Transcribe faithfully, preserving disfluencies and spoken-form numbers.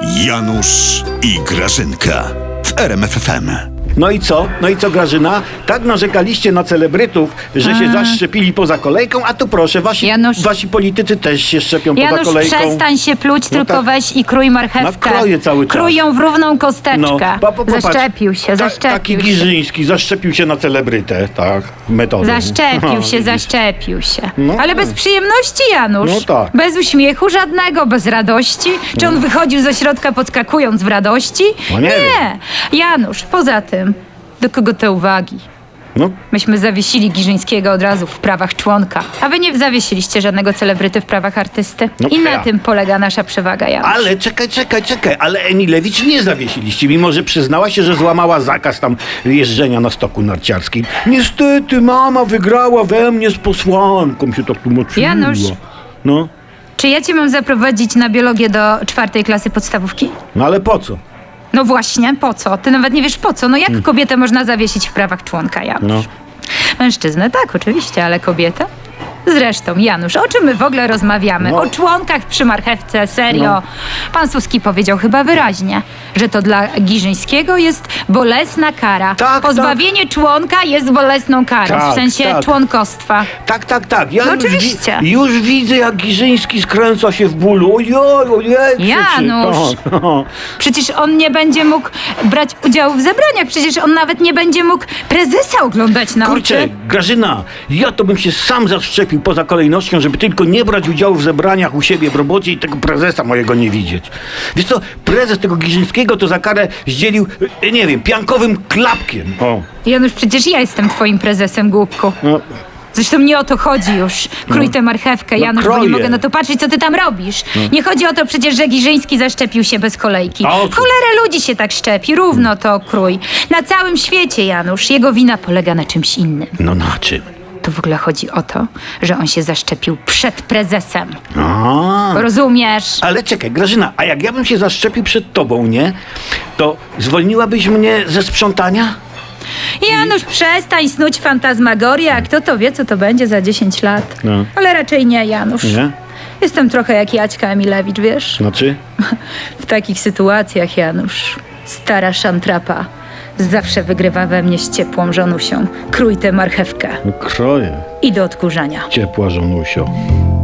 Janusz i Grażynka w R M F F M. No i co? No i co, Grażyna? Tak narzekaliście na celebrytów, że się zaszczepili poza kolejką, a tu proszę, wasi, Janusz- wasi politycy też się szczepią poza Janusz, kolejką. przestań się pluć, tylko tak. weź i krój marchewkę. No, kroję cały czas. Krój ją w równą kosteczkę. po- po- popatrz. Zaszczepił się, Ta- zaszczepił Taki się. Giżyński zaszczepił się na celebrytę, tak, metodą. Zaszczepił No, się, widzisz. zaszczepił się. No Ale tak. bez przyjemności, Janusz. No tak. Bez uśmiechu żadnego, bez radości. Czy on wychodził ze środka podskakując w radości? No nie nie. Janusz, poza tym, do kogo te uwagi? No, Myśmy zawiesili Giżyńskiego od razu w prawach członka, a wy nie zawiesiliście żadnego celebryty w prawach artysty. No I na ja. tym polega nasza przewaga, Janusz. ale czekaj, czekaj, czekaj, ale Emilewicz nie zawiesiliście, mimo że przyznała się, że złamała zakaz tam jeżdżenia na stoku narciarskim. Niestety mama wygrała we mnie z posłanką, się tak tłumaczyła. Janusz. No, Czy ja cię mam zaprowadzić na biologię do czwartej klasy podstawówki? no ale po co? No właśnie, po co? Ty nawet nie wiesz po co. No jak kobietę można zawiesić w prawach członka, Janusz? No. Mężczyznę tak, oczywiście, ale kobietę? Zresztą, Janusz, o czym my w ogóle rozmawiamy? No. O członkach przy marchewce, serio. No. Pan Suski powiedział chyba wyraźnie, że to dla Giżyńskiego jest bolesna kara. Tak, Pozbawienie członka jest bolesną karą, Tak, w sensie tak. członkostwa. Tak, tak, tak. Ja No już, oczywiście. wi- już widzę, jak Giżyński skręca się w bólu. Ojej, ojej, krzyczy. Janusz. Tak, no. Przecież on nie będzie mógł brać udziału w zebraniach, przecież on nawet nie będzie mógł prezesa oglądać na Kurczę, oczy. Grażyna, ja to bym się sam zaszczepił poza kolejnością, żeby tylko nie brać udziału w zebraniach u siebie w robocie i tego prezesa mojego nie widzieć. Wiesz co, prezes tego Giżyńskiego to za karę zdzielił, e, nie wiem, piankowym klapkiem. O, Janusz, przecież ja jestem twoim prezesem, głupku. no. Zresztą nie o to chodzi już. Krój No. tę marchewkę, No Janusz, bo nie kroję. mogę na to patrzeć, co ty tam robisz. Nie chodzi o to przecież, że Giżyński zaszczepił się bez kolejki. A o co? Cholerę ludzi się tak szczepi, równo to krój. Na całym świecie, Janusz, jego wina polega na czymś innym. No na czym? Tu w ogóle chodzi o to, że on się zaszczepił przed prezesem. A. Rozumiesz? Ale czekaj, Grażyna, a jak ja bym się zaszczepił przed tobą, nie? To zwolniłabyś mnie ze sprzątania? Janusz, przestań snuć fantazmagorię, a kto to wie, co to będzie za dziesięć lat. No. Ale raczej nie, Janusz. Nie? Jestem trochę jak Jaćka Emilewicz, wiesz? Znaczy? W takich sytuacjach, Janusz, stara szantrapa zawsze wygrywa we mnie z ciepłą żonusią. Krój tę marchewkę No kroję. i do odkurzania. Ciepła żonusio.